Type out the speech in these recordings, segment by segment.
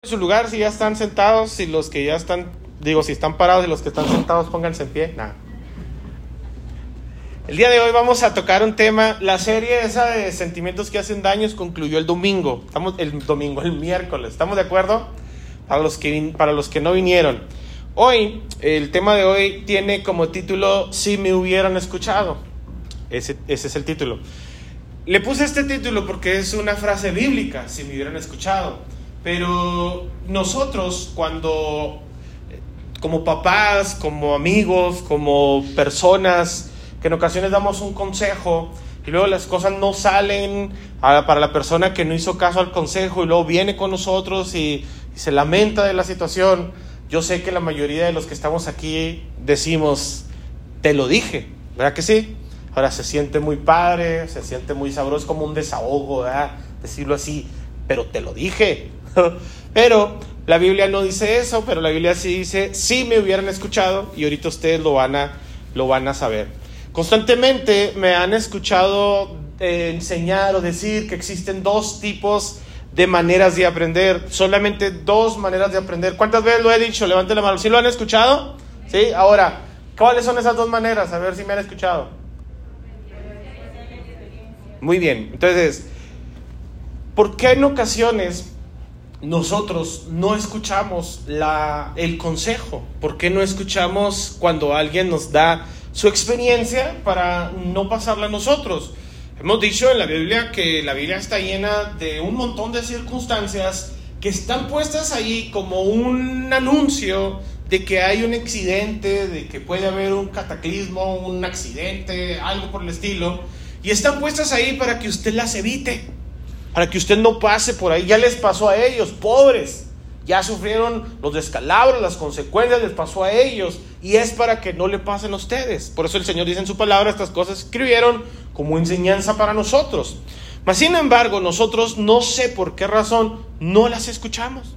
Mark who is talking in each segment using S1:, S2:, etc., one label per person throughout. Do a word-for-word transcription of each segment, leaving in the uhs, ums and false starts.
S1: su lugar, si ya están sentados, si los que ya están, digo, si están parados y los que están sentados, pónganse en pie. Nada. El día de hoy vamos a tocar un tema. La serie esa de sentimientos que hacen daños concluyó el domingo. Estamos el domingo, el miércoles. ¿Estamos de acuerdo? Para los que, para los que no vinieron. Hoy, el tema de hoy tiene como título Si me hubieran escuchado. Ese, ese es el título. Le puse este título porque es una frase bíblica, si me hubieran escuchado. Pero nosotros cuando, como papás, como amigos, como personas, que en ocasiones damos un consejo y luego las cosas no salen a, para la persona que no hizo caso al consejo y luego viene con nosotros y, y se lamenta de la situación. Yo sé que la mayoría de los que estamos aquí decimos, te lo dije, ¿verdad que sí? Ahora se siente muy padre, se siente muy sabroso, como un desahogo, ¿verdad? Decirlo así, pero te lo dije. Pero la Biblia no dice eso, pero la Biblia sí dice, si me hubieran escuchado, y ahorita ustedes lo van a, lo van a saber. Constantemente me han escuchado eh, enseñar o decir que existen dos tipos de maneras de aprender, solamente dos maneras de aprender. ¿Cuántas veces lo he dicho? Levanten la mano. ¿Sí lo han escuchado? ¿Sí? Ahora, ¿cuáles son esas dos maneras? A ver si me han escuchado. Muy bien. Entonces, ¿por qué en ocasiones nosotros no escuchamos la, el consejo? ¿Por qué no escuchamos cuando alguien nos da su experiencia para no pasarla a nosotros? Hemos dicho en la Biblia que la Biblia está llena de un montón de circunstancias que están puestas ahí como un anuncio de que hay un accidente, de que puede haber un cataclismo, un accidente, algo por el estilo, y están puestas ahí para que usted las evite, para que usted no pase por ahí. Ya les pasó a ellos, pobres. Ya sufrieron los descalabros, las consecuencias les pasó a ellos, y es para que no le pasen a ustedes. Por eso el Señor dice en su palabra, estas cosas escribieron como enseñanza para nosotros. Mas sin embargo, nosotros no sé por qué razón no las escuchamos.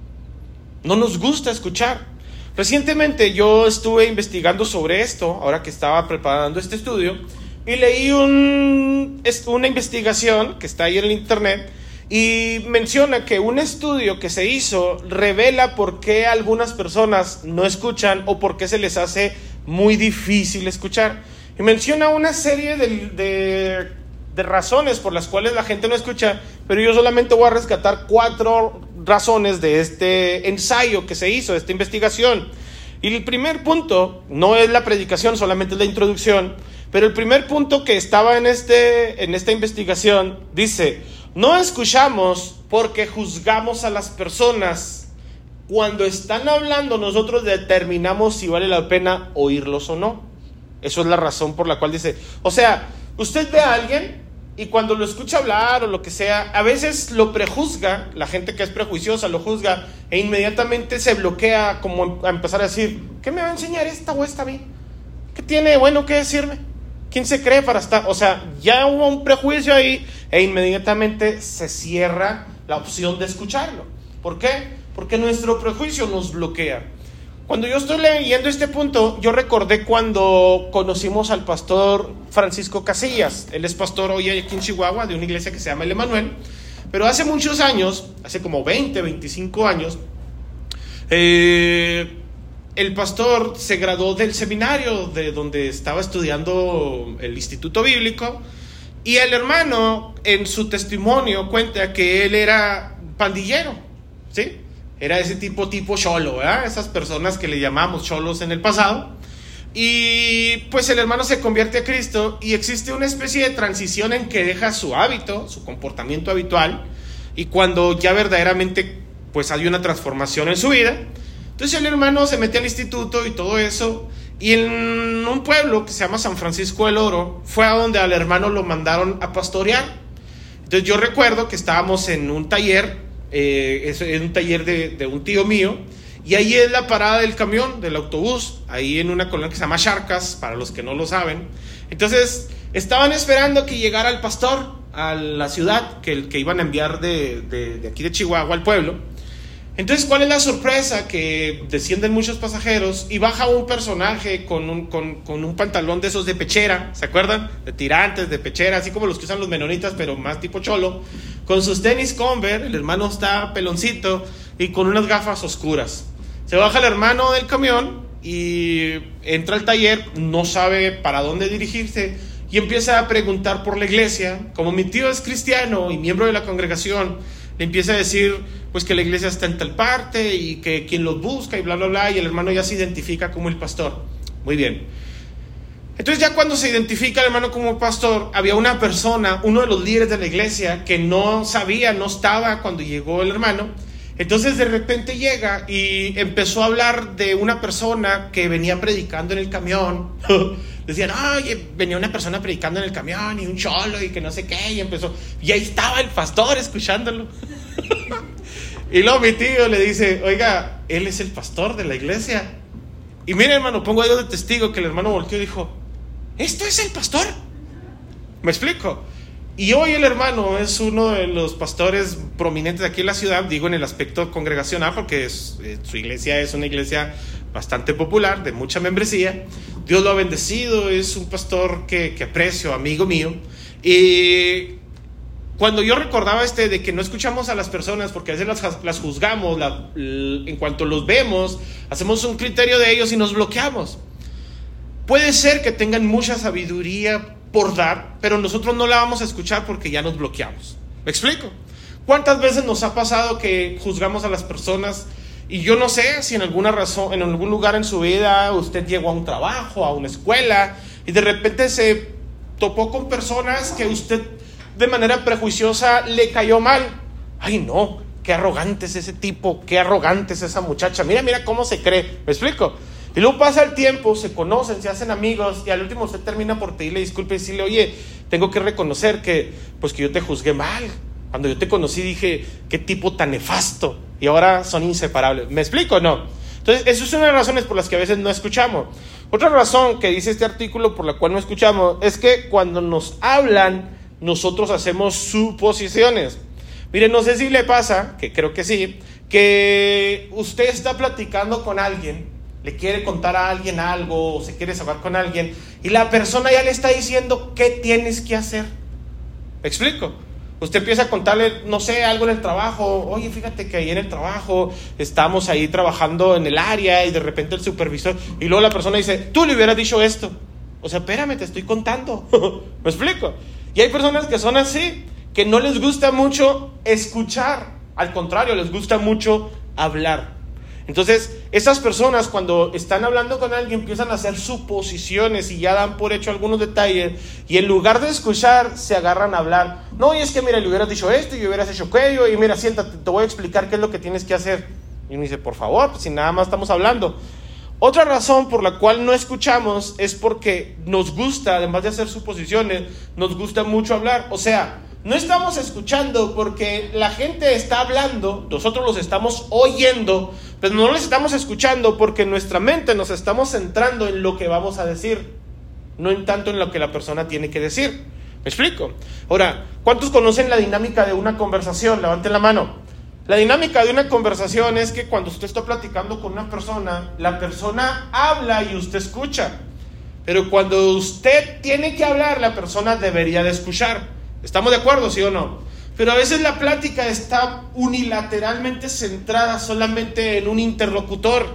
S1: No nos gusta escuchar. Recientemente yo estuve investigando sobre esto, ahora que estaba preparando este estudio, y leí un, una investigación que está ahí en el internet, y menciona que un estudio que se hizo revela por qué algunas personas no escuchan o por qué se les hace muy difícil escuchar. Y menciona una serie de, de, de razones por las cuales la gente no escucha, pero yo solamente voy a rescatar cuatro razones de este ensayo que se hizo, de esta investigación. Y el primer punto, no es la predicación, solamente es la introducción, pero el primer punto que estaba en, este, en esta investigación dice: no escuchamos porque juzgamos a las personas. Cuando están hablando, nosotros determinamos si vale la pena oírlos o no. Eso es la razón por la cual dice, o sea, usted ve a alguien y cuando lo escucha hablar o lo que sea, a veces lo prejuzga, la gente que es prejuiciosa lo juzga e inmediatamente se bloquea como a empezar a decir, ¿qué me va a enseñar esta o esta a mí? ¿Qué tiene bueno que decirme? ¿Quién se cree para estar? O sea, ya hubo un prejuicio ahí e inmediatamente se cierra la opción de escucharlo. ¿Por qué? Porque nuestro prejuicio nos bloquea. Cuando yo estoy leyendo este punto, yo recordé cuando conocimos al pastor Francisco Casillas. Él es pastor hoy aquí en Chihuahua, de una iglesia que se llama El Emanuel. Pero hace muchos años, hace como veinte, veinticinco años, eh... el pastor se graduó del seminario de donde estaba estudiando el Instituto Bíblico, y el hermano en su testimonio cuenta que él era pandillero, ¿sí? Era ese tipo, tipo cholo, ¿verdad? Esas personas que le llamamos cholos en el pasado. Y pues el hermano se convierte a Cristo y existe una especie de transición en que deja su hábito, su comportamiento habitual, y cuando ya verdaderamente pues hay una transformación en su vida. Entonces el hermano se mete al instituto y todo eso, y en un pueblo que se llama San Francisco del Oro fue a donde al hermano lo mandaron a pastorear. Entonces yo recuerdo que estábamos en un taller, eh, es, es un taller de, de un tío mío, y ahí es la parada del camión, del autobús, ahí en una colonia que se llama Charcas, para los que no lo saben. Entonces estaban esperando que llegara el pastor a la ciudad que, que iban a enviar de, de, de aquí de Chihuahua al pueblo. Entonces, ¿cuál es la sorpresa? Que descienden muchos pasajeros y baja un personaje con un, con, con un pantalón de esos de pechera, ¿se acuerdan? De tirantes, de pechera, así como los que usan los menonitas, pero más tipo cholo, con sus tenis Converse. El hermano está peloncito y con unas gafas oscuras. Se baja el hermano del camión y entra al taller, no sabe para dónde dirigirse y empieza a preguntar por la iglesia. Como mi tío es cristiano y miembro de la congregación, le empieza a decir pues que la iglesia está en tal parte y que quien los busca y bla bla bla, y el hermano ya se identifica como el pastor. Muy bien. Entonces ya cuando se identifica el hermano como pastor, había una persona, uno de los líderes de la iglesia, que no sabía, no estaba cuando llegó el hermano. Entonces de repente llega y empezó a hablar de una persona que venía predicando en el camión. Decían, oye, venía una persona predicando en el camión y un cholo y que no sé qué, y empezó, y ahí estaba el pastor escuchándolo. Y luego mi tío le dice, oiga, él es el pastor de la iglesia. Y mire, hermano, pongo a Dios de testigo que el hermano volteó y dijo, ¿esto es el pastor? ¿Me explico? Y hoy el hermano es uno de los pastores prominentes aquí en la ciudad, digo en el aspecto congregacional, porque es, eh, su iglesia es una iglesia bastante popular, de mucha membresía. Dios lo ha bendecido, es un pastor que, que aprecio, amigo mío. Y cuando yo recordaba este de que no escuchamos a las personas porque a veces las, las juzgamos, la, en cuanto los vemos, hacemos un criterio de ellos y nos bloqueamos. Puede ser que tengan mucha sabiduría por dar, pero nosotros no la vamos a escuchar porque ya nos bloqueamos. ¿Me explico? ¿Cuántas veces nos ha pasado que juzgamos a las personas? Y yo no sé si en alguna razón, en algún lugar en su vida usted llegó a un trabajo, a una escuela, y de repente se topó con personas que usted de manera prejuiciosa le cayó mal. Ay no, qué arrogante es ese tipo, qué arrogante es esa muchacha, mira, mira cómo se cree. ¿Me explico? Y luego pasa el tiempo, se conocen, se hacen amigos, y al último usted termina por pedirle disculpas y decirle, oye, tengo que reconocer que, pues que yo te juzgué mal. Cuando yo te conocí dije, qué tipo tan nefasto, y ahora son inseparables. ¿Me explico o no? Entonces, eso es una de las razones por las que a veces no escuchamos. Otra razón que dice este artículo por la cual no escuchamos es que cuando nos hablan, nosotros hacemos suposiciones. Miren, no sé si le pasa, que creo que sí, que usted está platicando con alguien, le quiere contar a alguien algo, o se quiere hablar con alguien, y la persona ya le está diciendo qué tienes que hacer. ¿Me explico? Usted empieza a contarle, no sé, algo en el trabajo. Oye, fíjate que ahí en el trabajo estamos ahí trabajando en el área, y de repente el supervisor, y luego la persona dice, tú le hubieras dicho esto. O sea, espérame, te estoy contando. ¿Me explico? Y hay personas que son así, que no les gusta mucho escuchar, al contrario, les gusta mucho hablar. Entonces, esas personas cuando están hablando con alguien empiezan a hacer suposiciones y ya dan por hecho algunos detalles, y en lugar de escuchar se agarran a hablar. No, y es que mira, le hubieras dicho esto y hubieras hecho aquello, y mira, siéntate, te voy a explicar qué es lo que tienes que hacer. Y uno dice, por favor, pues si nada más estamos hablando. Otra razón por la cual no escuchamos es porque nos gusta, además de hacer suposiciones, nos gusta mucho hablar. O sea, no estamos escuchando porque la gente está hablando, nosotros los estamos oyendo, pero no los estamos escuchando porque en nuestra mente nos estamos centrando en lo que vamos a decir, no en tanto en lo que la persona tiene que decir. ¿Me explico? Ahora, ¿cuántos conocen la dinámica de una conversación? Levanten la mano. La dinámica de una conversación es que cuando usted está platicando con una persona, la persona habla y usted escucha. Pero cuando usted tiene que hablar, la persona debería de escuchar. ¿Estamos de acuerdo, sí o no? Pero a veces la plática está unilateralmente centrada solamente en un interlocutor.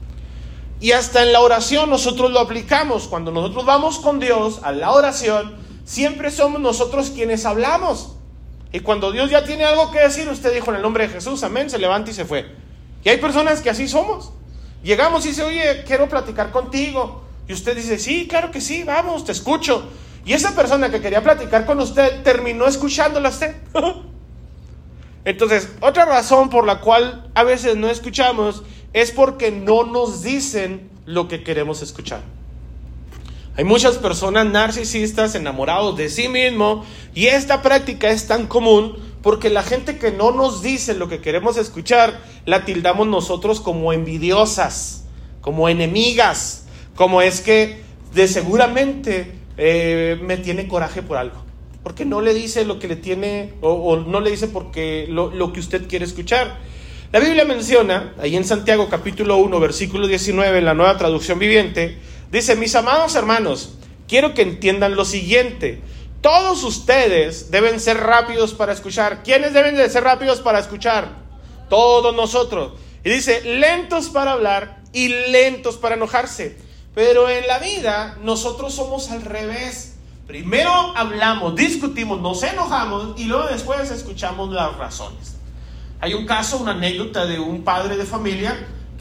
S1: Y hasta en la oración nosotros lo aplicamos. Cuando nosotros vamos con Dios a la oración, siempre somos nosotros quienes hablamos. Y cuando Dios ya tiene algo que decir, usted dijo en el nombre de Jesús, amén, se levanta y se fue. Y hay personas que así somos. Llegamos y dice, oye, quiero platicar contigo. Y usted dice, sí, claro que sí, vamos, te escucho. Y esa persona que quería platicar con usted terminó escuchándola a usted. Entonces, otra razón por la cual a veces no escuchamos es porque no nos dicen lo que queremos escuchar. Hay muchas personas narcisistas, enamorados de sí mismo, y esta práctica es tan común porque la gente que no nos dice lo que queremos escuchar, la tildamos nosotros como envidiosas, como enemigas, como es que de seguramente eh, me tiene coraje por algo, porque no le dice lo que le tiene, o, o no le dice porque lo, lo que usted quiere escuchar. La Biblia menciona, ahí en Santiago capítulo uno, versículo diecinueve, en la Nueva Traducción Viviente, dice, mis amados hermanos, quiero que entiendan lo siguiente. Todos ustedes deben ser rápidos para escuchar. ¿Quiénes deben de ser rápidos para escuchar? todos nosotros. Y dice, lentos para hablar y lentos para enojarse. Pero en la vida nosotros somos al revés. Primero hablamos, discutimos, nos enojamos y luego después escuchamos las razones. Hay un caso, una anécdota de un padre de familia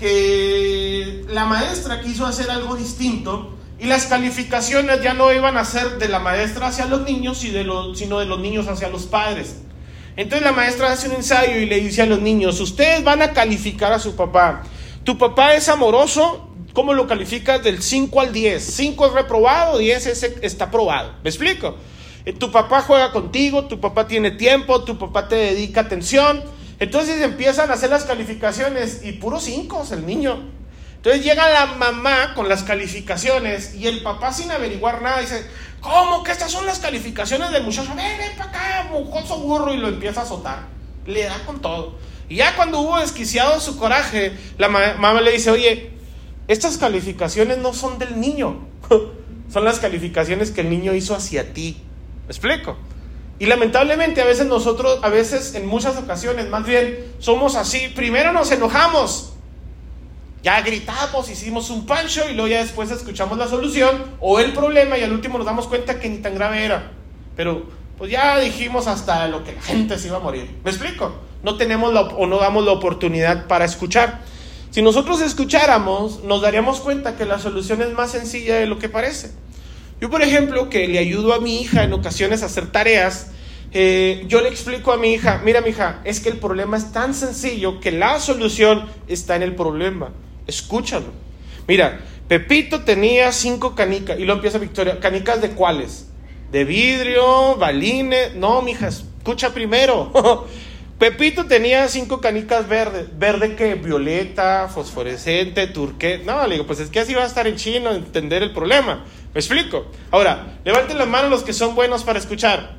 S1: que la maestra quiso hacer algo distinto y las calificaciones ya no iban a ser de la maestra hacia los niños y de los, sino de los niños hacia los padres. Entonces la maestra hace un ensayo y le dice a los niños, ustedes van a calificar a su papá. ¿Tu papá es amoroso? ¿Cómo lo calificas del cinco al diez? cinco es reprobado, diez es, está aprobado. ¿Me explico? Tu papá juega contigo, tu papá tiene tiempo, tu papá te dedica atención. Entonces empiezan a hacer las calificaciones y puros cinco el niño. Entonces llega la mamá con las calificaciones y el papá sin averiguar nada dice, ¿cómo que estas son las calificaciones del muchacho? Ven, ven para acá, mojoso burro, y lo empieza a azotar. Le da con todo. Y ya cuando hubo desquiciado su coraje, la ma- mamá le dice, oye, estas calificaciones no son del niño, son las calificaciones que el niño hizo hacia ti. ¿Me explico? Y lamentablemente a veces nosotros, a veces en muchas ocasiones más bien somos así. Primero nos enojamos, ya gritamos, hicimos un pancho y luego ya después escuchamos la solución o el problema y al último nos damos cuenta que ni tan grave era. Pero pues ya dijimos hasta lo que la gente se iba a morir. ¿Me explico? No tenemos la, o no damos la oportunidad para escuchar. Si nosotros escucháramos, nos daríamos cuenta que la solución es más sencilla de lo que parece. Yo, por ejemplo, que le ayudo a mi hija en ocasiones a hacer tareas, eh, yo le explico a mi hija, mira, mi hija, es que el problema es tan sencillo que la solución está en el problema. Escúchalo. Mira, Pepito tenía cinco canicas, y lo empieza Victoria, ¿canicas de cuáles? De vidrio, balines. No, mija, escucha primero. Pepito tenía cinco canicas verdes. ¿Verde qué? Violeta, fosforescente, turquesa. No, le digo, pues es que así va a estar en chino entender el problema. ¿Me explico? Ahora, levanten las manos los que son buenos para escuchar.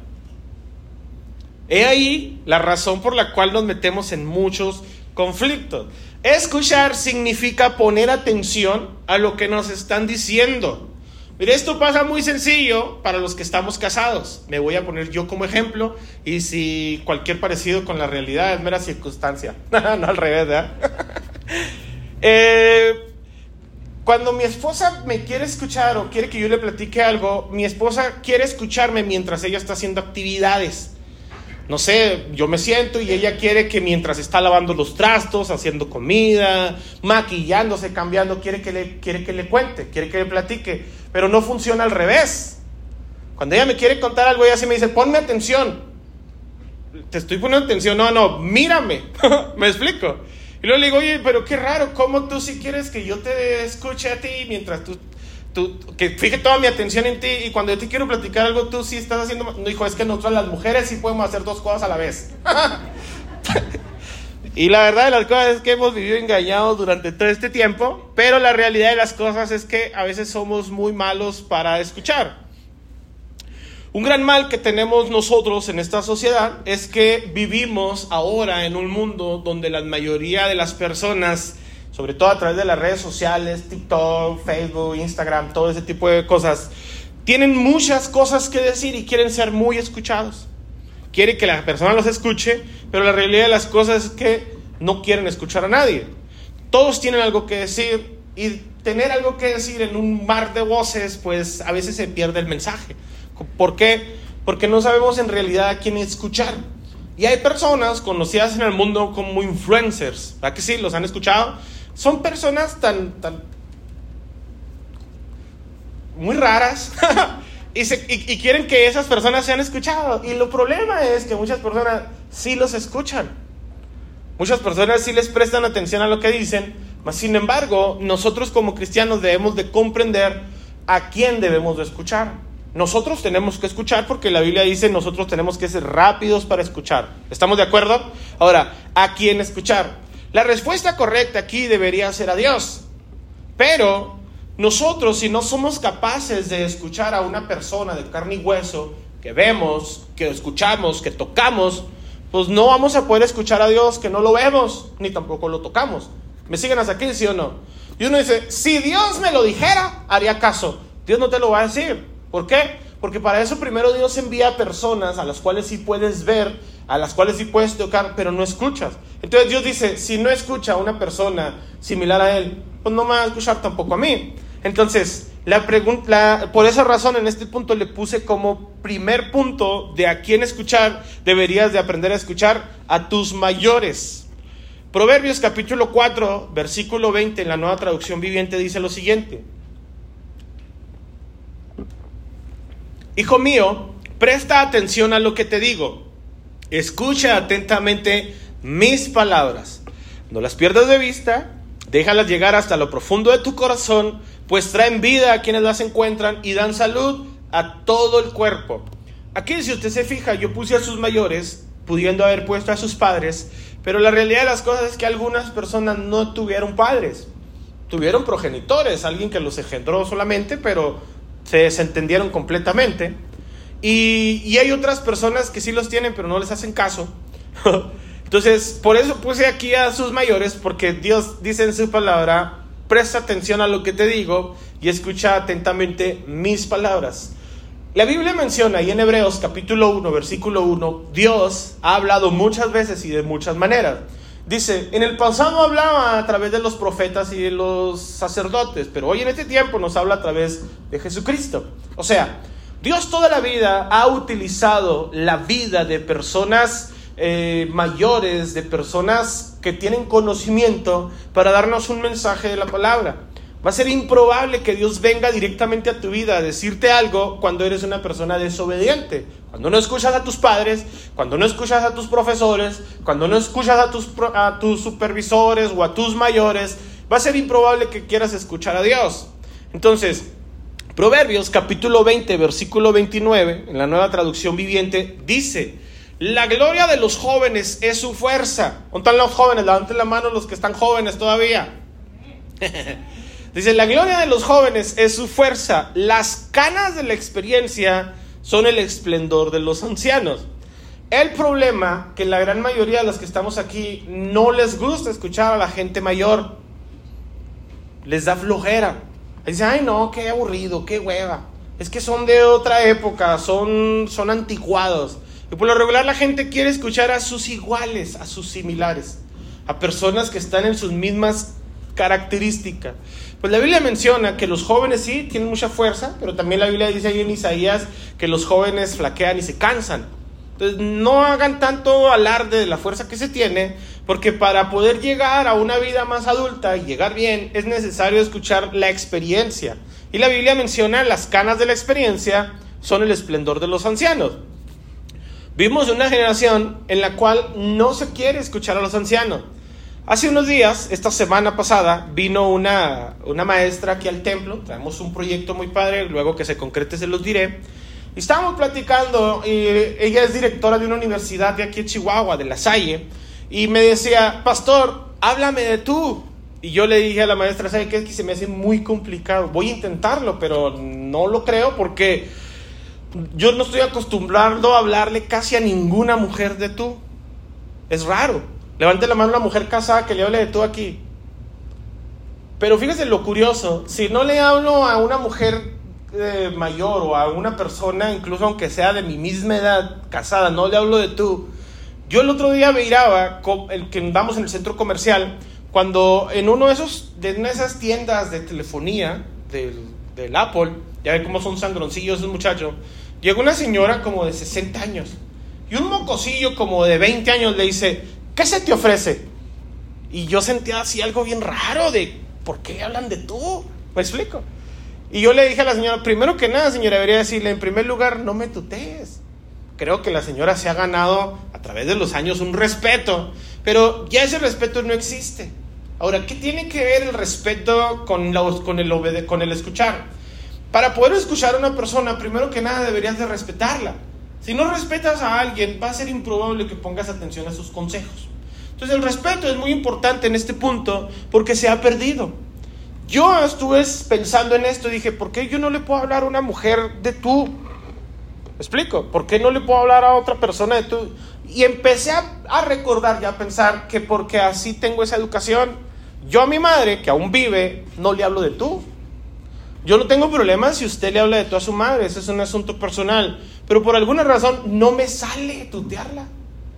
S1: He ahí la razón por la cual nos metemos en muchos conflictos. Escuchar significa poner atención a lo que nos están diciendo. Mire, esto pasa muy sencillo para los que estamos casados. Me voy a poner yo como ejemplo y si cualquier parecido con la realidad es mera circunstancia. No al revés, ¿verdad? eh, cuando mi esposa me quiere escuchar o quiere que yo le platique algo, mi esposa quiere escucharme mientras ella está haciendo actividades. No sé, yo me siento y ella quiere que mientras está lavando los trastos, haciendo comida, maquillándose, cambiando, quiere que le, quiere que le cuente, quiere que le platique, pero no funciona al revés. Cuando ella me quiere contar algo, ella sí me dice, ponme atención. Te estoy poniendo atención, no, no, mírame. ¿Me explico? Y luego le digo, oye, pero qué raro, ¿cómo tú sí quieres que yo te escuche a ti mientras tú... Tú, que fije toda mi atención en ti y cuando yo te quiero platicar algo tú sí estás haciendo... No, hijo, es que nosotros las mujeres sí podemos hacer dos cosas a la vez. Y la verdad de las cosas es que hemos vivido engañados durante todo este tiempo, pero la realidad de las cosas es que a veces somos muy malos para escuchar. Un gran mal que tenemos nosotros en esta sociedad es que vivimos ahora en un mundo donde la mayoría de las personas, sobre todo a través de las redes sociales, TikTok, Facebook, Instagram, todo ese tipo de cosas, tienen muchas cosas que decir y quieren ser muy escuchados. Quieren que la persona los escuche, pero la realidad de las cosas es que no quieren escuchar a nadie. Todos tienen algo que decir y tener algo que decir en un mar de voces, pues a veces se pierde el mensaje. ¿Por qué? Porque no sabemos en realidad a quién escuchar. Y hay personas conocidas en el mundo como influencers, ¿verdad que sí? ¿Los han escuchado? Son personas tan, tan muy raras y, se, y, y quieren que esas personas sean escuchadas. Y el problema es que muchas personas sí los escuchan. Muchas personas sí les prestan atención a lo que dicen, mas sin embargo, nosotros como cristianos debemos de comprender a quién debemos de escuchar. Nosotros tenemos que escuchar porque la Biblia dice nosotros tenemos que ser rápidos para escuchar. ¿Estamos de acuerdo? Ahora, ¿a quién escuchar? La respuesta correcta aquí debería ser a Dios. Pero nosotros, si no somos capaces de escuchar a una persona de carne y hueso, que vemos, que escuchamos, que tocamos, pues no vamos a poder escuchar a Dios, que no lo vemos, ni tampoco lo tocamos. ¿Me siguen hasta aquí, sí o no? Y uno dice, si Dios me lo dijera, haría caso. Dios no te lo va a decir. ¿Por qué? Porque para eso primero Dios envía personas a las cuales sí puedes ver, a las cuales sí puedes tocar, pero no escuchas. Entonces Dios dice, si no escucha a una persona similar a Él, pues no me va a escuchar tampoco a mí. Entonces, la pregunta, la, por esa razón en este punto le puse como primer punto de a quién escuchar, deberías de aprender a escuchar a tus mayores. Proverbios capítulo cuatro, versículo veinte, en la Nueva Traducción Viviente dice lo siguiente: Hijo mío, presta atención a lo que te digo, escucha atentamente mis palabras, no las pierdas de vista, déjalas llegar hasta lo profundo de tu corazón, pues traen vida a quienes las encuentran y dan salud a todo el cuerpo. Aquí, si usted se fija, yo puse a sus mayores, pudiendo haber puesto a sus padres, pero la realidad de las cosas es que algunas personas no tuvieron padres, tuvieron progenitores, alguien que los engendró solamente, pero se desentendieron completamente. Y, y hay otras personas que sí los tienen, pero no les hacen caso. Entonces, por eso puse aquí a sus mayores, porque Dios dice en su palabra: presta atención a lo que te digo y escucha atentamente mis palabras. La Biblia menciona, y en Hebreos capítulo uno, versículo uno, Dios ha hablado muchas veces y de muchas maneras. Dice, en el pasado hablaba a través de los profetas y de los sacerdotes, pero hoy en este tiempo nos habla a través de Jesucristo. O sea, Dios toda la vida ha utilizado la vida de personas eh, mayores, de personas que tienen conocimiento para darnos un mensaje de la palabra. Va a ser improbable que Dios venga directamente a tu vida a decirte algo cuando eres una persona desobediente. Cuando no escuchas a tus padres, cuando no escuchas a tus profesores, cuando no escuchas a tus, a tus supervisores o a tus mayores, va a ser improbable que quieras escuchar a Dios. Entonces, Proverbios capítulo veinte, versículo veintinueve, en la Nueva Traducción Viviente, dice: la gloria de los jóvenes es su fuerza. ¿Dónde están los jóvenes? Levanten la mano los que están jóvenes todavía. Dice, la gloria de los jóvenes es su fuerza, las canas de la experiencia son el esplendor de los ancianos. El problema que la gran mayoría de los que estamos aquí no les gusta escuchar a la gente mayor. Les da flojera. Dicen, ay no, qué aburrido, qué hueva. Es que son de otra época, son, son anticuados. Y por lo regular la gente quiere escuchar a sus iguales, a sus similares, a personas que están en sus mismas características. Pues la Biblia menciona que los jóvenes sí tienen mucha fuerza, pero también la Biblia dice ahí en Isaías que los jóvenes flaquean y se cansan. Entonces no hagan tanto alarde de la fuerza que se tiene, porque para poder llegar a una vida más adulta y llegar bien es necesario escuchar la experiencia. Y la Biblia menciona las canas de la experiencia son el esplendor de los ancianos. Vivimos en una generación en la cual no se quiere escuchar a los ancianos. Hace unos días, esta semana pasada, vino una, una maestra aquí al templo. Traemos un proyecto muy padre, luego que se concrete se los diré. Y estábamos platicando, y ella es directora de una universidad de aquí en Chihuahua, de La Salle, y me decía, pastor, háblame de tú. Y yo le dije a la maestra, ¿sabe qué? Es que se me hace muy complicado. Voy a intentarlo, pero no lo creo porque yo no estoy acostumbrado a hablarle casi a ninguna mujer de tú. Es raro. Levante la mano a una mujer casada que le hable de tú aquí. Pero fíjese lo curioso, si no le hablo a una mujer eh, mayor o a una persona, incluso aunque sea de mi misma edad, casada, no le hablo de tú. Yo el otro día miraba, el que andamos en el centro comercial, cuando en uno de esos, de una de esas tiendas de telefonía del, del Apple, ya ven cómo son sangroncillos esos muchachos, llegó una señora como de sesenta años y un mocosillo como de veinte años le dice, ¿qué se te ofrece? Y yo sentía así algo bien raro de, ¿por qué hablan de tú? ¿Me explico? Y yo le dije a la señora, primero que nada, señora, debería decirle, en primer lugar, no me tutees. Creo que la señora se ha ganado a través de los años un respeto, pero ya ese respeto no existe. Ahora, ¿qué tiene que ver el respeto con, la, con, el, obede- con el escuchar? Para poder escuchar a una persona, primero que nada deberías de respetarla. Si no respetas a alguien, va a ser improbable que pongas atención a sus consejos. Entonces el respeto es muy importante en este punto porque se ha perdido. Yo estuve pensando en esto y dije, ¿por qué yo no le puedo hablar a una mujer de tú? ¿Me explico? ¿Por qué no le puedo hablar a otra persona de tú? Y empecé a, a recordar y a pensar que porque así tengo esa educación, yo a mi madre, que aún vive, no le hablo de tú. Yo no tengo problema si usted le habla de tú a su madre, ese es un asunto personal, pero por alguna razón no me sale tutearla.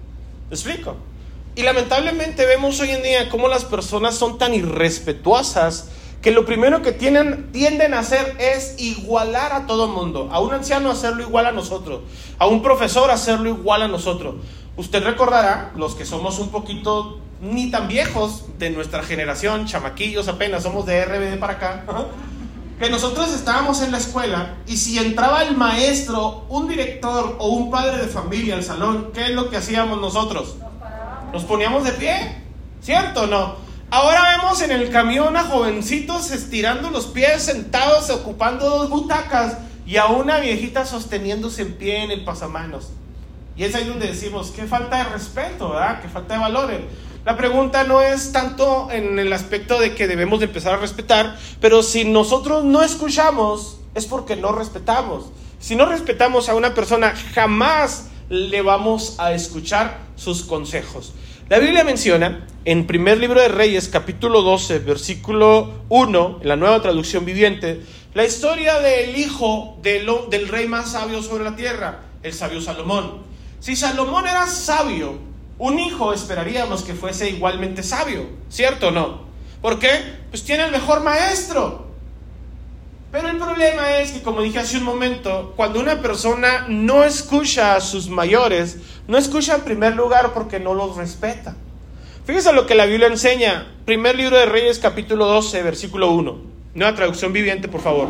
S1: ¿Me explico? Y lamentablemente vemos hoy en día cómo las personas son tan irrespetuosas que lo primero que tienen, tienden a hacer es igualar a todo mundo. A un anciano hacerlo igual a nosotros, a un profesor hacerlo igual a nosotros. Usted recordará, los que somos un poquito ni tan viejos de nuestra generación, chamaquillos apenas, somos de R B D para acá, que nosotros estábamos en la escuela y si entraba el maestro, un director o un padre de familia al salón, ¿qué es lo que hacíamos nosotros? Nos poníamos de pie, ¿cierto o no? Ahora vemos en el camión a jovencitos estirando los pies, sentados, ocupando dos butacas, y a una viejita sosteniéndose en pie en el pasamanos. Y es ahí donde decimos, qué falta de respeto, ¿verdad? Qué falta de valores. La pregunta no es tanto en el aspecto de que debemos de empezar a respetar, pero si nosotros no escuchamos, es porque no respetamos. Si no respetamos a una persona, jamás le vamos a escuchar sus consejos. La Biblia menciona en primer libro de Reyes, capítulo doce, versículo uno, en la Nueva Traducción Viviente, la historia del hijo del, del rey más sabio sobre la tierra, el sabio Salomón. Si Salomón era sabio, un hijo esperaríamos que fuese igualmente sabio, ¿cierto o no? ¿Por qué? Pues tiene el mejor maestro. Pero el problema es que, como dije hace un momento, cuando una persona no escucha a sus mayores, no escucha en primer lugar porque no los respeta. Fíjese lo que la Biblia enseña. Primer libro de Reyes, capítulo doce, versículo uno. Nueva Traducción Viviente, por favor.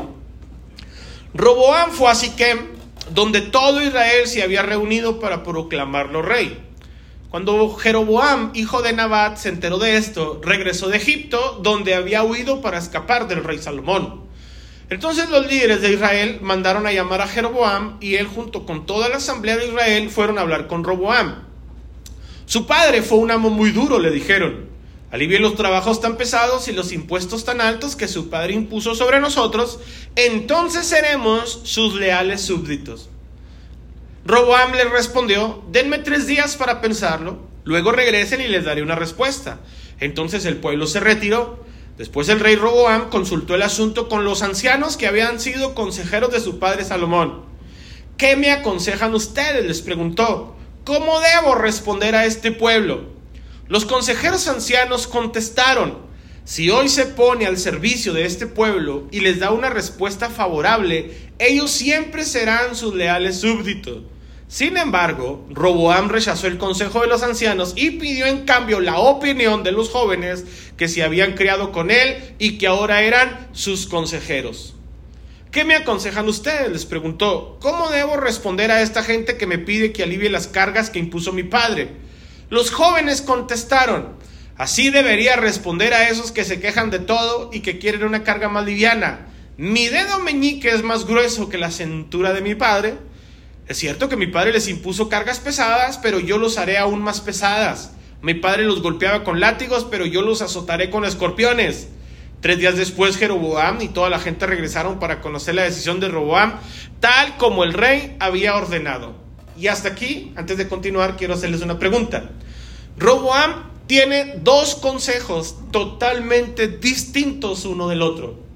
S1: Roboam fue a Siquem, donde todo Israel se había reunido para proclamarlo rey. Cuando Jeroboam, hijo de Nabat, se enteró de esto, regresó de Egipto, donde había huido para escapar del rey Salomón. Entonces los líderes de Israel mandaron a llamar a Jeroboam, y él junto con toda la asamblea de Israel fueron a hablar con Roboam. Su padre fue un amo muy duro, le dijeron. Alivie los trabajos tan pesados y los impuestos tan altos que su padre impuso sobre nosotros, entonces seremos sus leales súbditos. Roboam les respondió, denme tres días para pensarlo, luego regresen y les daré una respuesta. Entonces el pueblo se retiró. Después el rey Roboam consultó el asunto con los ancianos que habían sido consejeros de su padre Salomón. ¿Qué me aconsejan ustedes?, les preguntó. ¿Cómo debo responder a este pueblo? Los consejeros ancianos contestaron, si hoy se pone al servicio de este pueblo y les da una respuesta favorable, ellos siempre serán sus leales súbditos. Sin embargo, Roboam rechazó el consejo de los ancianos y pidió en cambio la opinión de los jóvenes que se habían criado con él y que ahora eran sus consejeros. ¿Qué me aconsejan ustedes?, les preguntó. ¿Cómo debo responder a esta gente que me pide que alivie las cargas que impuso mi padre? Los jóvenes contestaron, así debería responder a esos que se quejan de todo y que quieren una carga más liviana. Mi dedo meñique es más grueso que la cintura de mi padre. Es cierto que mi padre les impuso cargas pesadas, pero yo los haré aún más pesadas. Mi padre los golpeaba con látigos, pero yo los azotaré con escorpiones. Tres días después, Jeroboam y toda la gente regresaron para conocer la decisión de Roboam, tal como el rey había ordenado. Y hasta aquí, antes de continuar, quiero hacerles una pregunta. Roboam tiene dos consejos totalmente distintos uno del otro.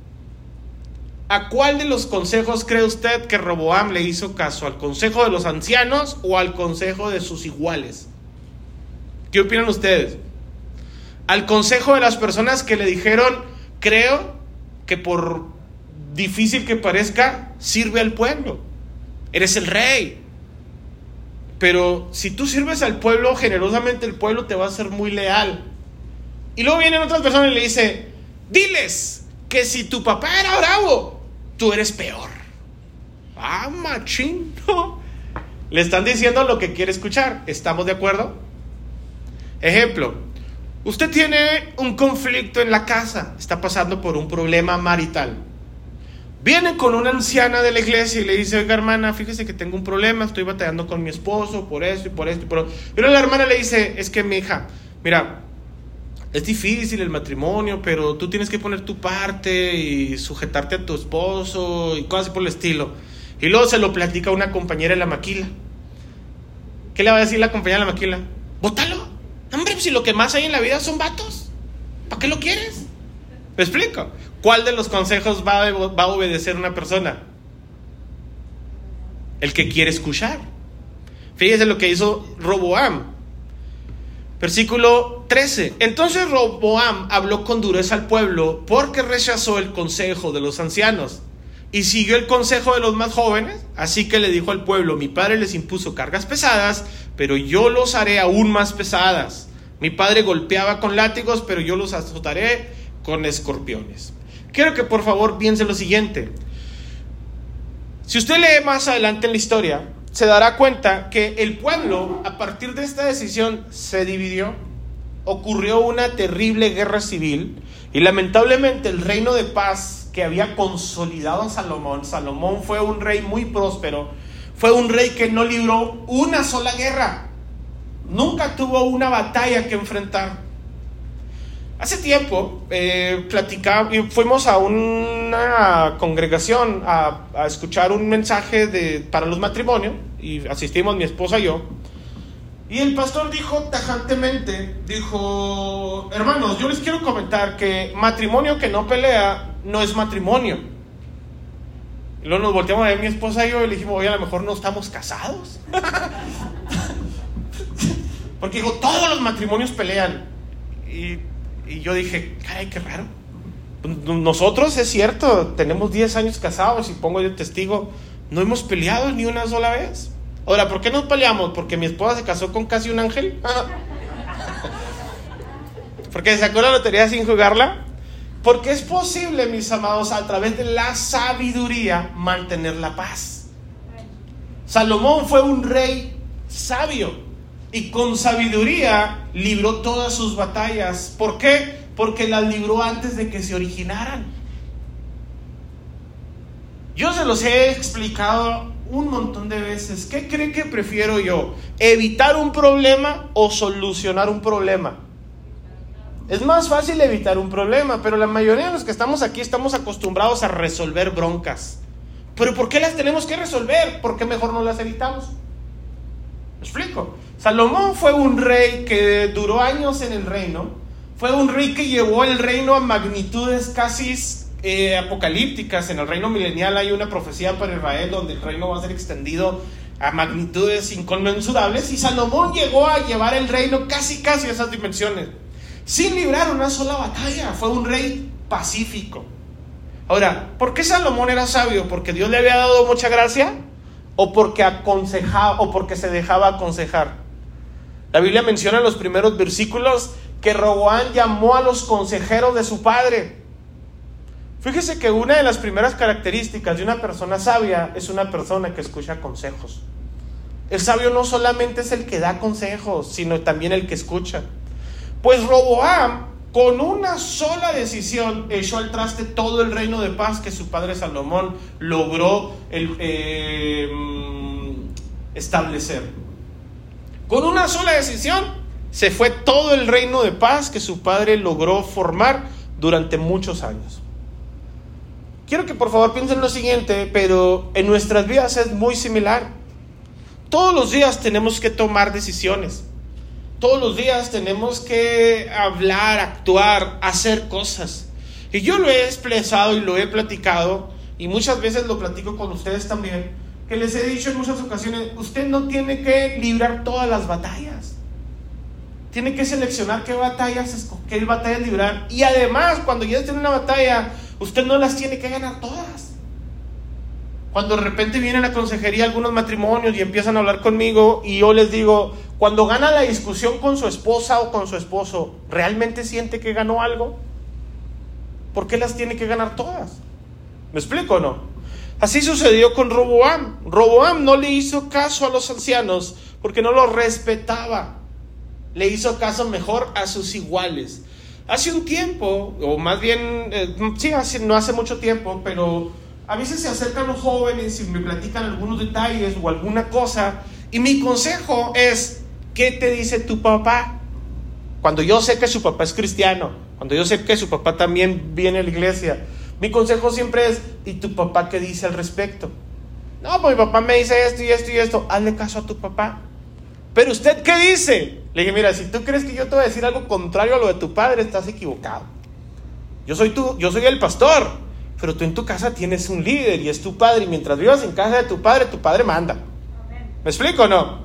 S1: ¿A cuál de los consejos cree usted que Roboam le hizo caso? ¿Al consejo de los ancianos o al consejo de sus iguales? ¿Qué opinan ustedes? ¿Al consejo de las personas que le dijeron, creo que por difícil que parezca, sirve al pueblo? Eres el rey. Pero si tú sirves al pueblo generosamente, el pueblo te va a ser muy leal. Y luego vienen otras personas y le dicen, diles que si tu papá era bravo, tú eres peor. Ah, machín, no. Le están diciendo lo que quiere escuchar. ¿Estamos de acuerdo? Ejemplo, usted tiene un conflicto en la casa, está pasando por un problema marital. Viene con una anciana de la iglesia y le dice, oiga hermana, fíjese que tengo un problema, estoy batallando con mi esposo por esto y por esto y por otro. Pero la hermana le dice, es que mi hija, mira, es difícil el matrimonio, pero tú tienes que poner tu parte y sujetarte a tu esposo y cosas así por el estilo. Y luego se lo platica a una compañera de la maquila. ¿Qué le va a decir la compañera de la maquila? ¡Bótalo! Hombre, si lo que más hay en la vida son vatos, ¿para qué lo quieres? ¿Me explico? ¿Cuál de los consejos va a, va a obedecer una persona? El que quiere escuchar. Fíjese lo que hizo Roboam. Versículo trece. Entonces Roboam habló con dureza al pueblo porque rechazó el consejo de los ancianos y siguió el consejo de los más jóvenes. Así que le dijo al pueblo: mi padre les impuso cargas pesadas, pero yo los haré aún más pesadas. Mi padre golpeaba con látigos, pero yo los azotaré con escorpiones. Quiero que por favor piense lo siguiente. Si usted lee más adelante en la historia, se dará cuenta que el pueblo, a partir de esta decisión, se dividió. Ocurrió una terrible guerra civil y lamentablemente el reino de paz que había consolidado a Salomón, Salomón fue un rey muy próspero, fue un rey que no libró una sola guerra, nunca tuvo una batalla que enfrentar. Hace tiempo eh, platicamos, fuimos a una congregación a, a escuchar un mensaje de, para los matrimonios, y asistimos mi esposa y yo, y el pastor dijo tajantemente, dijo: hermanos, yo les quiero comentar que matrimonio que no pelea no es matrimonio. Y luego nos volteamos a ver mi esposa y yo y le dijimos: oye, a lo mejor no estamos casados. Porque dijo, todos los matrimonios pelean. Y Y yo dije, caray, qué raro. Nosotros, es cierto, tenemos diez años casados y pongo yo testigo, no hemos peleado ni una sola vez. Ahora, ¿por qué nos peleamos? ¿Porque mi esposa se casó con casi un ángel? ¿Porque sacó la lotería sin jugarla? Porque es posible, mis amados, a través de la sabiduría mantener la paz. Salomón fue un rey sabio y con sabiduría libró todas sus batallas. ¿Por qué? Porque las libró antes de que se originaran. Yo se los he explicado un montón de veces. ¿Qué cree que prefiero yo? ¿Evitar un problema o solucionar un problema? Es más fácil evitar un problema, pero la mayoría de los que estamos aquí estamos acostumbrados a resolver broncas. ¿Pero por qué las tenemos que resolver? ¿Por qué mejor no las evitamos? ¿Me explico? Salomón fue un rey que duró años en el reino. Fue un rey que llevó el reino a magnitudes casi eh, apocalípticas. En el reino milenial hay una profecía para Israel donde el reino va a ser extendido a magnitudes inconmensurables. Y Salomón llegó a llevar el reino casi casi a esas dimensiones, sin librar una sola batalla. Fue un rey pacífico. Ahora, ¿por qué Salomón era sabio? ¿Porque Dios le había dado mucha gracia? ¿O porque aconsejaba, o porque se dejaba aconsejar? La Biblia menciona en los primeros versículos que Roboam llamó a los consejeros de su padre. Fíjese que una de las primeras características de una persona sabia es una persona que escucha consejos. El sabio no solamente es el que da consejos, sino también el que escucha. Pues Roboam, con una sola decisión, echó al traste todo el reino de paz que su padre Salomón logró el, eh, establecer. Con una sola decisión se fue todo el reino de paz que su padre logró formar durante muchos años. Quiero que por favor piensen lo siguiente, pero en nuestras vidas es muy similar. Todos los días tenemos que tomar decisiones. Todos los días tenemos que hablar, actuar, hacer cosas. Y yo lo he expresado y lo he platicado, y muchas veces lo platico con ustedes también, que les he dicho en muchas ocasiones, usted no tiene que librar todas las batallas. Tiene que seleccionar qué batallas, qué batallas librar. Y además, cuando ya tiene una batalla, usted no las tiene que ganar todas. Cuando de repente vienen a la consejería algunos matrimonios y empiezan a hablar conmigo, y yo les digo, cuando gana la discusión con su esposa o con su esposo, ¿realmente siente que ganó algo? ¿Por qué las tiene que ganar todas? ¿Me explico o no? Así sucedió con Roboam. Roboam no le hizo caso a los ancianos porque no los respetaba. Le hizo caso mejor a sus iguales. Hace un tiempo, o más bien, eh, sí, hace, no hace mucho tiempo, pero a veces se acercan los jóvenes y me platican algunos detalles o alguna cosa, y mi consejo es, ¿qué te dice tu papá? Cuando yo sé que su papá es cristiano, cuando yo sé que su papá también viene a la iglesia, mi consejo siempre es, ¿y tu papá qué dice al respecto? No, pues mi papá me dice esto y esto y esto. Hazle caso a tu papá. ¿Pero usted qué dice? Le dije, mira, si tú crees que yo te voy a decir algo contrario a lo de tu padre, estás equivocado. Yo soy tú, yo soy el pastor, pero tú en tu casa tienes un líder y es tu padre, y mientras vivas en casa de tu padre, tu padre manda. ¿Me explico o no?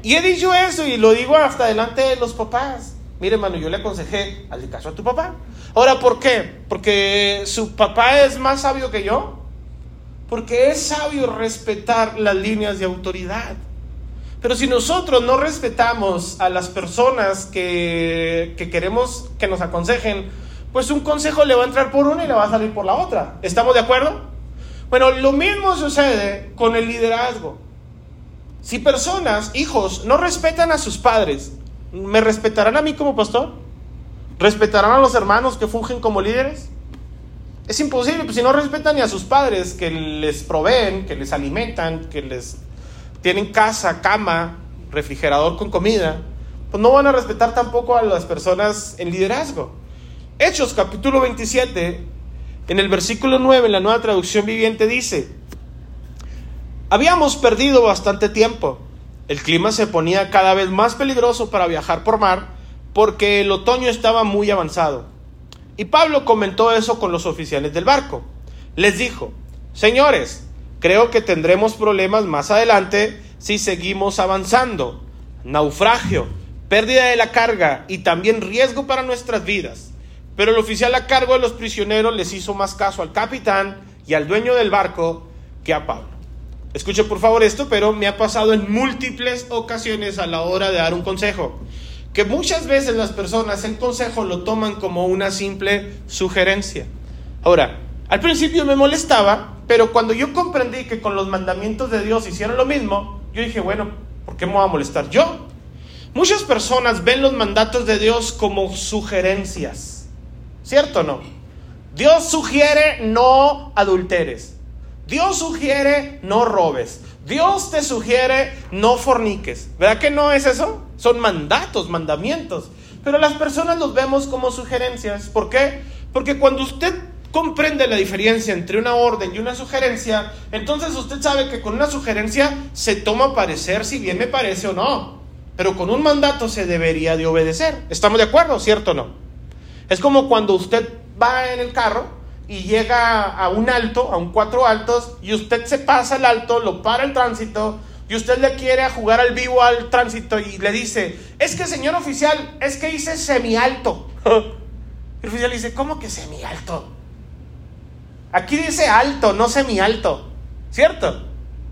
S1: Y he dicho eso y lo digo hasta delante de los papás. Mire, hermano, yo le aconsejé, hazle caso a tu papá. Ahora, ¿por qué? ¿Porque su papá es más sabio que yo? Porque es sabio respetar las líneas de autoridad. Pero si nosotros no respetamos a las personas que, que queremos que nos aconsejen, pues un consejo le va a entrar por una y le va a salir por la otra. ¿Estamos de acuerdo? Bueno, lo mismo sucede con el liderazgo. Si personas, hijos, no respetan a sus padres, ¿me respetarán a mí como pastor? ¿Respetarán a los hermanos que fungen como líderes? Es imposible, pues si no respetan ni a sus padres que les proveen, que les alimentan, que les tienen casa, cama, refrigerador con comida, pues no van a respetar tampoco a las personas en liderazgo. Hechos capítulo veintisiete, en el versículo nueve, en la Nueva Traducción Viviente dice: habíamos perdido bastante tiempo. El clima se ponía cada vez más peligroso para viajar por mar, porque el otoño estaba muy avanzado. Y Pablo comentó eso con los oficiales del barco. Les dijo: señores, creo que tendremos problemas más adelante si seguimos avanzando. Naufragio, pérdida de la carga y también riesgo para nuestras vidas. Pero el oficial a cargo de los prisioneros les hizo más caso al capitán y al dueño del barco que a Pablo. Escuche por favor esto, pero me ha pasado en múltiples ocasiones a la hora de dar un consejo, que muchas veces las personas el consejo lo toman como una simple sugerencia. Ahora, al principio me molestaba, pero cuando yo comprendí que con los mandamientos de Dios hicieron lo mismo, yo dije, bueno, ¿por qué me voy a molestar yo? Muchas personas ven los mandatos de Dios como sugerencias, ¿cierto o no? Dios sugiere no adulteres. Dios sugiere no robes. Dios te sugiere no forniques. ¿Verdad que no es eso? Son mandatos, mandamientos. Pero las personas los vemos como sugerencias. ¿Por qué? Porque cuando usted comprende la diferencia entre una orden y una sugerencia, entonces usted sabe que con una sugerencia se toma parecer si bien me parece o no. Pero con un mandato se debería de obedecer. ¿Estamos de acuerdo? ¿Cierto o no? Es como cuando usted va en el carro y llega a un alto, a un cuatro altos, y usted se pasa el alto, lo para el tránsito, y usted le quiere jugar al vivo al tránsito y le dice: es que señor oficial, es que hice semialto. El oficial dice: ¿cómo que semialto? Aquí dice alto, no semialto, ¿cierto?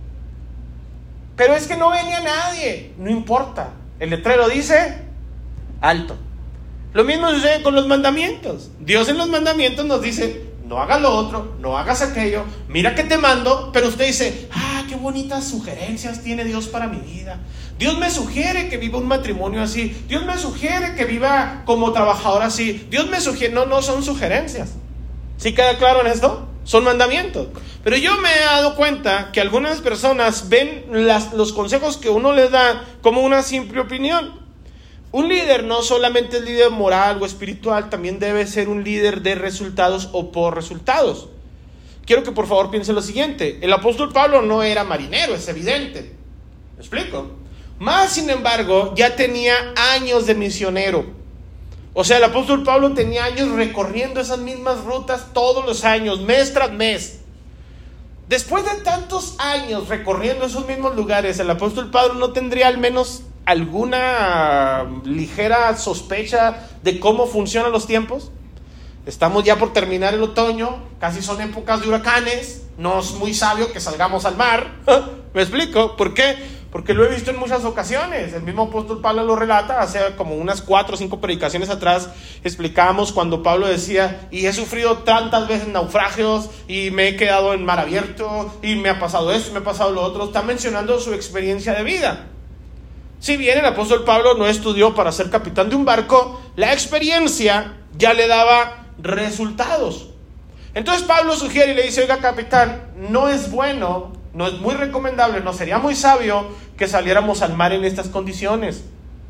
S1: Pero es que no venía nadie, no importa, el letrero dice alto. Lo mismo sucede con los mandamientos. Dios en los mandamientos nos dice: no hagas lo otro, no hagas aquello, mira que te mando. Pero usted dice: ah, qué bonitas sugerencias tiene Dios para mi vida. Dios me sugiere que viva un matrimonio así. Dios me sugiere que viva como trabajador así. Dios me sugiere... No, no son sugerencias. ¿Sí queda claro en esto? Son mandamientos. Pero yo me he dado cuenta que algunas personas ven las, los consejos que uno les da como una simple opinión. Un líder no solamente es líder moral o espiritual, también debe ser un líder de resultados o por resultados. Quiero que por favor piensen lo siguiente: el apóstol Pablo no era marinero, es evidente. ¿Me explico? Más sin embargo, ya tenía años de misionero. O sea, el apóstol Pablo tenía años recorriendo esas mismas rutas todos los años, mes tras mes. Después de tantos años recorriendo esos mismos lugares, el apóstol Pablo no tendría al menos alguna ligera sospecha de cómo funcionan los tiempos. Estamos ya por terminar el otoño, casi son épocas de huracanes, no es muy sabio que salgamos al mar. ¿Me explico? ¿Por qué? Porque lo he visto en muchas ocasiones. El mismo apóstol Pablo lo relata. Hace como unas cuatro o cinco predicaciones atrás explicábamos cuando Pablo decía: y he sufrido tantas veces naufragios, y me he quedado en mar abierto, y me ha pasado esto, y me ha pasado lo otro. Está mencionando su experiencia de vida. Si bien el apóstol Pablo no estudió para ser capitán de un barco, la experiencia ya le daba resultados. Entonces Pablo sugiere y le dice: oiga, capitán, no es bueno, no es muy recomendable, no sería muy sabio que saliéramos al mar en estas condiciones.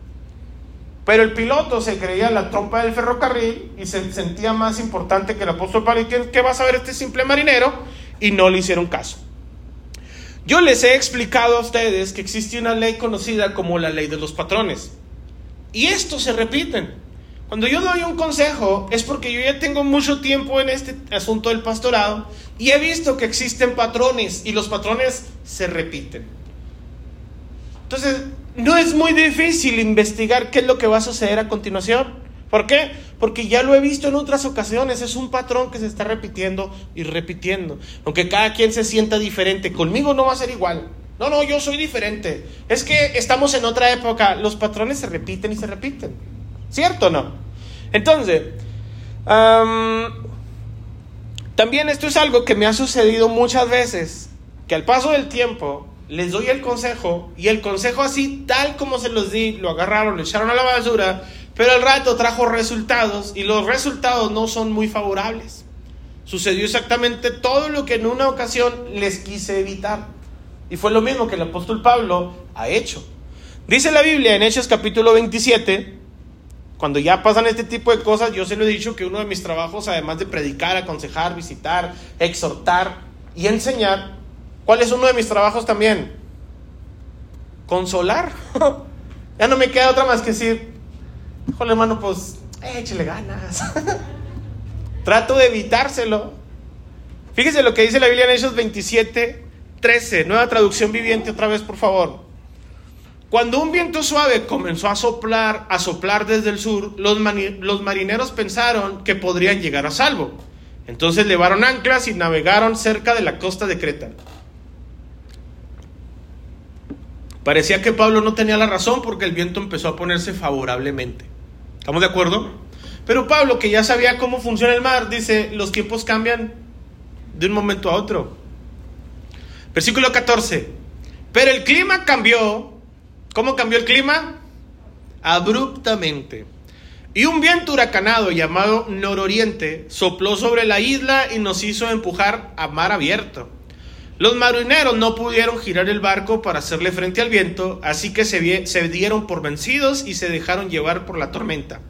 S1: Pero el piloto se creía la trompa del ferrocarril y se sentía más importante que el apóstol Pablo. ¿Qué, qué va a saber este simple marinero? Y no le hicieron caso. Yo les he explicado a ustedes que existe una ley conocida como la ley de los patrones. Y estos se repiten. Cuando yo doy un consejo es porque yo ya tengo mucho tiempo en este asunto del pastorado y he visto que existen patrones y los patrones se repiten. Entonces, no es muy difícil investigar qué es lo que va a suceder a continuación. ¿Por qué? Porque ya lo he visto en otras ocasiones. Es un patrón que se está repitiendo y repitiendo. Aunque cada quien se sienta diferente. Conmigo no va a ser igual. No, no, yo soy diferente. Es que estamos en otra época. Los patrones se repiten y se repiten. ¿Cierto o no? Entonces, um, también esto es algo que me ha sucedido muchas veces. Que al paso del tiempo les doy el consejo. Y el consejo así, tal como se los di, lo agarraron, lo echaron a la basura. Pero al rato trajo resultados y los resultados no son muy favorables. Sucedió exactamente todo lo que en una ocasión les quise evitar. Y fue lo mismo que el apóstol Pablo ha hecho. Dice la Biblia en Hechos capítulo veintisiete, cuando ya pasan este tipo de cosas, yo se lo he dicho que uno de mis trabajos, además de predicar, aconsejar, visitar, exhortar y enseñar, ¿cuál es uno de mis trabajos también? Consolar. Ya no me queda otra más que decir, híjole hermano, pues échale ganas. Trato de evitárselo. Fíjese lo que dice la Biblia en Hechos veintisiete, trece, nueva traducción viviente otra vez por favor. Cuando un viento suave comenzó a soplar, a soplar desde el sur, los, mani- los marineros pensaron que podrían llegar a salvo. Entonces levaron anclas y navegaron cerca de la costa de Creta. Parecía que Pablo no tenía la razón porque el viento empezó a ponerse favorablemente. ¿Estamos de acuerdo? Pero Pablo, que ya sabía cómo funciona el mar, dice, los tiempos cambian de un momento a otro. Versículo catorce. Pero el clima cambió. ¿Cómo cambió el clima? Abruptamente. Y un viento huracanado llamado nororiente sopló sobre la isla y nos hizo empujar a mar abierto. Los marineros no pudieron girar el barco para hacerle frente al viento, así que se, vi- se dieron por vencidos y se dejaron llevar por la tormenta.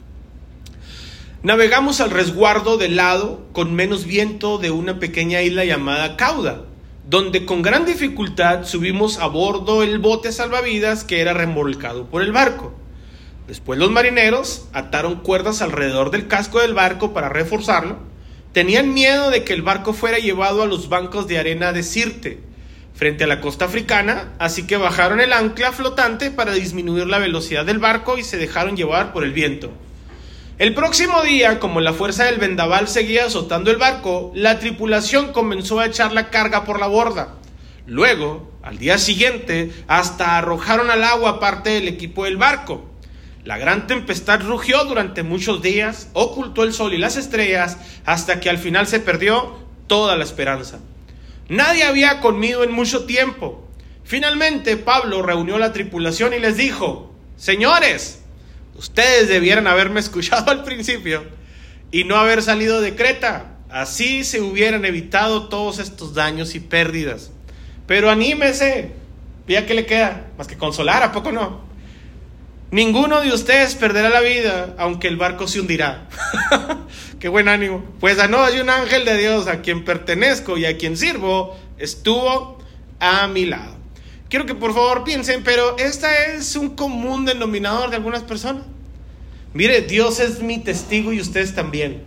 S1: Navegamos al resguardo del lado con menos viento de una pequeña isla llamada Cauda, donde con gran dificultad subimos a bordo el bote salvavidas que era remolcado por el barco. Después los marineros ataron cuerdas alrededor del casco del barco para reforzarlo. Tenían miedo de que el barco fuera llevado a los bancos de arena de Sirte, frente a la costa africana, así que bajaron el ancla flotante para disminuir la velocidad del barco y se dejaron llevar por el viento. El próximo día, como la fuerza del vendaval seguía azotando el barco, la tripulación comenzó a echar la carga por la borda. Luego, al día siguiente, hasta arrojaron al agua parte del equipo del barco. La gran tempestad rugió durante muchos días, ocultó el sol y las estrellas, hasta que al final se perdió toda la esperanza. Nadie había comido en mucho tiempo. Finalmente Pablo reunió a la tripulación y les dijo: señores, ustedes debieran haberme escuchado al principio y no haber salido de Creta. Así se hubieran evitado todos estos daños y pérdidas. Pero anímese, ya que le queda, más que consolar, ¿a poco no? Ninguno de ustedes perderá la vida, aunque el barco se hundirá. ¡Qué buen ánimo! Pues a no, hay un ángel de Dios a quien pertenezco y a quien sirvo, estuvo a mi lado. Quiero que por favor piensen, pero este es un común denominador de algunas personas. Mire, Dios es mi testigo y ustedes también.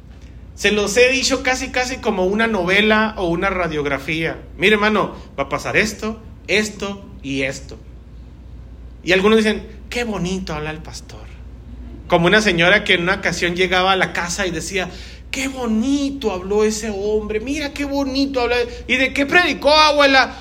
S1: Se los he dicho casi casi como una novela o una radiografía. Mire hermano, va a pasar esto, esto y esto. Y algunos dicen, qué bonito habla el pastor. Como una señora que en una ocasión llegaba a la casa y decía, qué bonito habló ese hombre, mira qué bonito habló. ¿Y de qué predicó, abuela?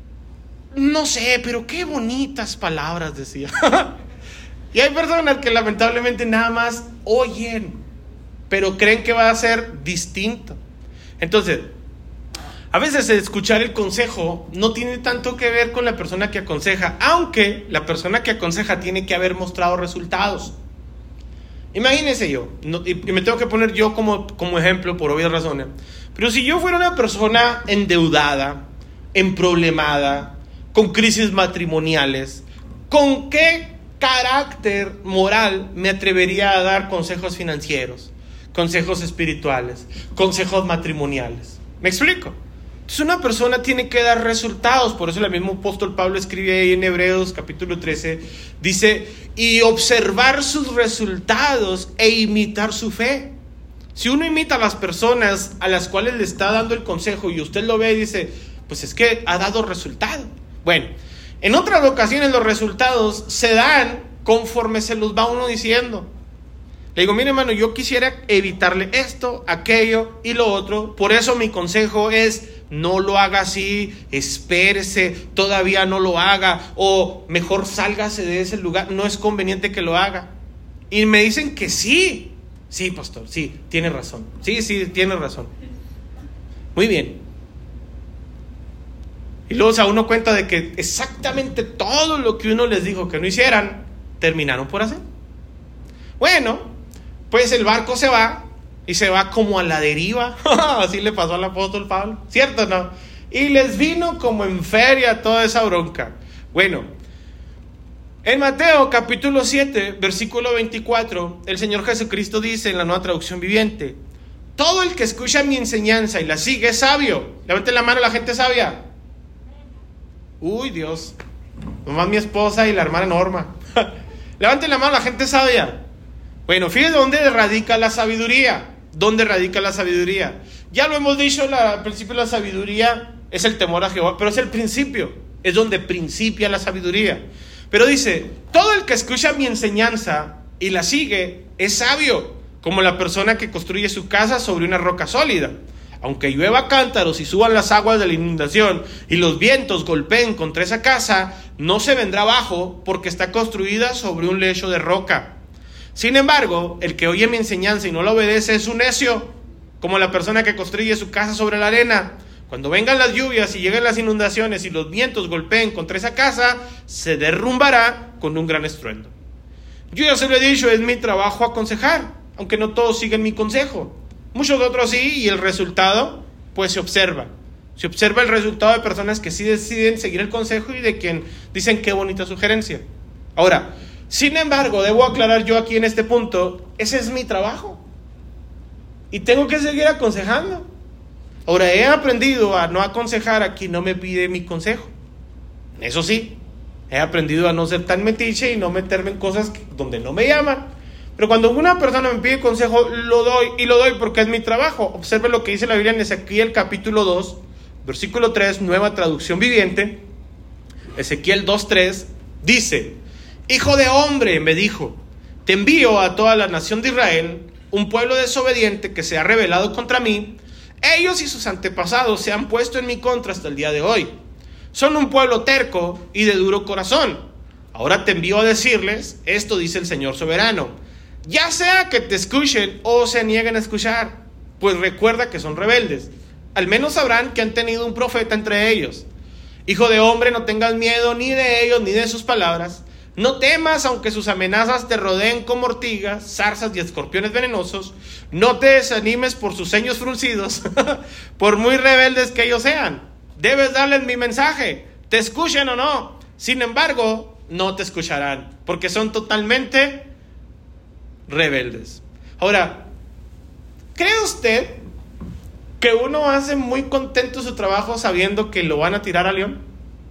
S1: No sé, pero qué bonitas palabras decía. Y hay personas que lamentablemente nada más oyen, pero creen que va a ser distinto. Entonces, a veces escuchar el consejo no tiene tanto que ver con la persona que aconseja, aunque la persona que aconseja tiene que haber mostrado resultados. Imagínense yo, no, y, y me tengo que poner yo como, como ejemplo por obvias razones, pero si yo fuera una persona endeudada, emproblemada, con crisis matrimoniales, ¿con qué carácter moral me atrevería a dar consejos financieros, consejos espirituales, consejos matrimoniales? ¿Me explico? Entonces una persona tiene que dar resultados. Por eso el mismo apóstol Pablo escribe ahí en Hebreos capítulo trece, dice, y observar sus resultados e imitar su fe. Si uno imita a las personas a las cuales le está dando el consejo y usted lo ve y dice, pues es que ha dado resultado. Bueno, En otras ocasiones los resultados se dan conforme se los va uno diciendo. Le digo, mire hermano, yo quisiera evitarle esto, aquello y lo otro. Por eso mi consejo es, no lo haga así, espérese, todavía no lo haga. O mejor sálgase de ese lugar, no es conveniente que lo haga. Y me dicen que sí. Sí, pastor, sí, tiene razón. Sí, sí, tiene razón. Muy bien. Y luego se da uno cuenta de que exactamente todo lo que uno les dijo que no hicieran, terminaron por hacer. Bueno, pues el barco se va y se va como a la deriva. Así le pasó al apóstol Pablo, ¿cierto o no? Y les vino como en feria toda esa bronca. Bueno, en Mateo capítulo siete, versículo veinticuatro, el Señor Jesucristo dice en la Nueva Traducción Viviente: todo el que escucha mi enseñanza y la sigue es sabio. Levanten la mano la gente sabia. Uy, Dios. Nomás mi esposa y la hermana Norma. Levanten la mano la gente sabia. Bueno, fíjense dónde radica la sabiduría. ¿Dónde radica la sabiduría? Ya lo hemos dicho, la, al principio la sabiduría es el temor a Jehová, pero es el principio, es donde principia la sabiduría. Pero dice, todo el que escucha mi enseñanza y la sigue es sabio, como la persona que construye su casa sobre una roca sólida. Aunque llueva cántaros y suban las aguas de la inundación y los vientos golpeen contra esa casa, no se vendrá abajo porque está construida sobre un lecho de roca. Sin embargo, el que oye mi enseñanza y no la obedece es un necio, como la persona que construye su casa sobre la arena. Cuando vengan las lluvias y lleguen las inundaciones y los vientos golpeen contra esa casa, se derrumbará con un gran estruendo. Yo ya se lo he dicho, es mi trabajo aconsejar, aunque no todos siguen mi consejo. Muchos otros sí, y el resultado, pues se observa. Se observa el resultado de personas que sí deciden seguir el consejo y de quien dicen qué bonita sugerencia. Ahora, sin embargo, debo aclarar yo aquí en este punto, ese es mi trabajo. Y tengo que seguir aconsejando. Ahora, he aprendido a no aconsejar a quien no me pide mi consejo. Eso sí, he aprendido a no ser tan metiche y no meterme en cosas donde no me llaman. Pero cuando una persona me pide consejo, lo doy, y lo doy porque es mi trabajo. Observe lo que dice la Biblia en Ezequiel capítulo dos, versículo tres, Nueva Traducción Viviente. Ezequiel dos tres dice: hijo de hombre, me dijo, te envío a toda la nación de Israel, un pueblo desobediente que se ha rebelado contra mí. Ellos y sus antepasados se han puesto en mi contra hasta el día de hoy. Son un pueblo terco y de duro corazón. Ahora te envío a decirles, esto dice el Señor soberano: ya sea que te escuchen o se nieguen a escuchar, pues recuerda que son rebeldes. Al menos sabrán que han tenido un profeta entre ellos. Hijo de hombre, no tengas miedo ni de ellos ni de sus palabras. No temas, aunque sus amenazas te rodeen como ortigas, zarzas y escorpiones venenosos. No te desanimes por sus ceños fruncidos, por muy rebeldes que ellos sean. Debes darles mi mensaje, te escuchen o no. Sin embargo, no te escucharán, porque son totalmente rebeldes. Ahora, ¿cree usted que uno hace muy contento su trabajo sabiendo que lo van a tirar a león?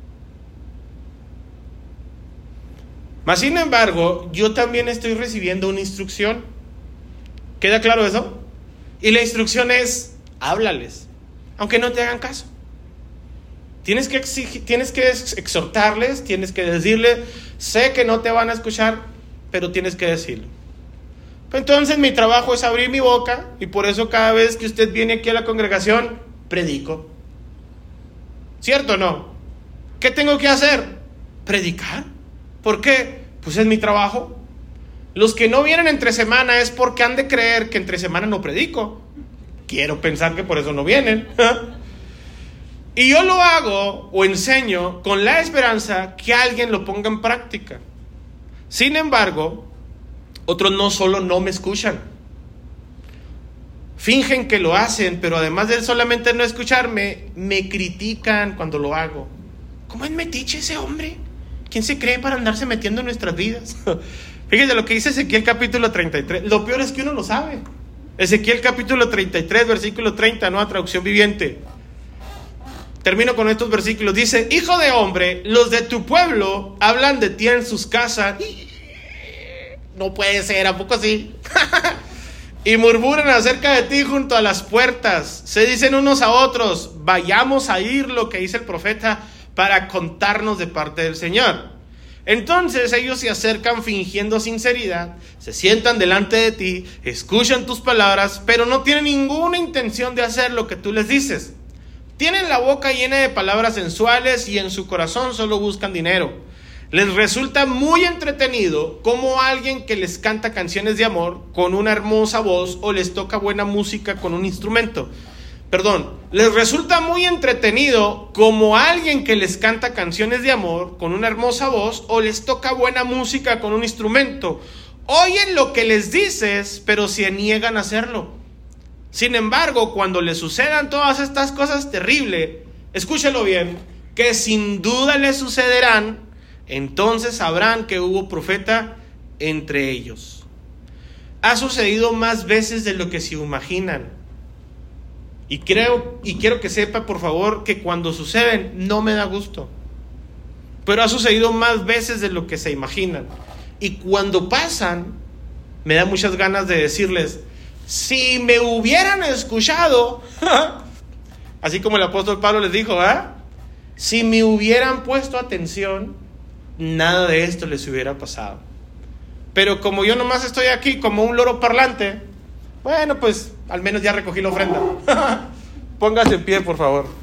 S1: Mas sin embargo, yo también estoy recibiendo una instrucción. ¿Queda claro eso? Y la instrucción es: háblales, aunque no te hagan caso. Tienes que exigir, tienes que exhortarles, tienes que decirles: sé que no te van a escuchar, pero tienes que decirlo. Entonces mi trabajo es abrir mi boca, y por eso cada vez que usted viene aquí a la congregación, predico. ¿Cierto o no? ¿Qué tengo que hacer? Predicar. ¿Por qué? Pues es mi trabajo. Los que no vienen entre semana es porque han de creer que entre semana no predico. Quiero pensar que por eso no vienen. Y yo lo hago o enseño con la esperanza que alguien lo ponga en práctica. Sin embargo, otros no solo no me escuchan, fingen que lo hacen, pero además de solamente no escucharme, me critican cuando lo hago. ¿Cómo es metiche ese hombre? ¿Quién se cree para andarse metiendo en nuestras vidas? Fíjense lo que dice Ezequiel capítulo treinta y tres. Lo peor es que uno lo sabe. Ezequiel capítulo treinta y tres, versículo treinta, Nueva Traducción Viviente. Termino con estos versículos. Dice: hijo de hombre, los de tu pueblo hablan de ti en sus casas. No puede ser, ¿a poco sí? Y murmuran acerca de ti junto a las puertas. Se dicen unos a otros: vayamos a oír lo que dice el profeta para contarnos de parte del Señor. Entonces ellos se acercan fingiendo sinceridad, se sientan delante de ti, escuchan tus palabras, pero no tienen ninguna intención de hacer lo que tú les dices. Tienen la boca llena de palabras sensuales y en su corazón solo buscan dinero. Les resulta muy entretenido como alguien que les canta canciones de amor con una hermosa voz o les toca buena música con un instrumento. Perdón, les resulta muy entretenido como alguien que les canta canciones de amor con una hermosa voz o les toca buena música con un instrumento. Oyen lo que les dices, pero se niegan a hacerlo. Sin embargo, cuando les sucedan todas estas cosas terribles, escúchelo bien, que sin duda les sucederán, entonces sabrán que hubo profeta entre ellos. Ha sucedido más veces de lo que se imaginan. Y creo y quiero que sepa, por favor, que cuando suceden no me da gusto. Pero ha sucedido más veces de lo que se imaginan. Y cuando pasan, me da muchas ganas de decirles: si me hubieran escuchado, así como el apóstol Pablo les dijo, ¿eh? Si me hubieran puesto atención, nada de esto les hubiera pasado. Pero como yo nomás estoy aquí como un loro parlante, bueno, pues al menos ya recogí la ofrenda. Póngase en pie, por favor.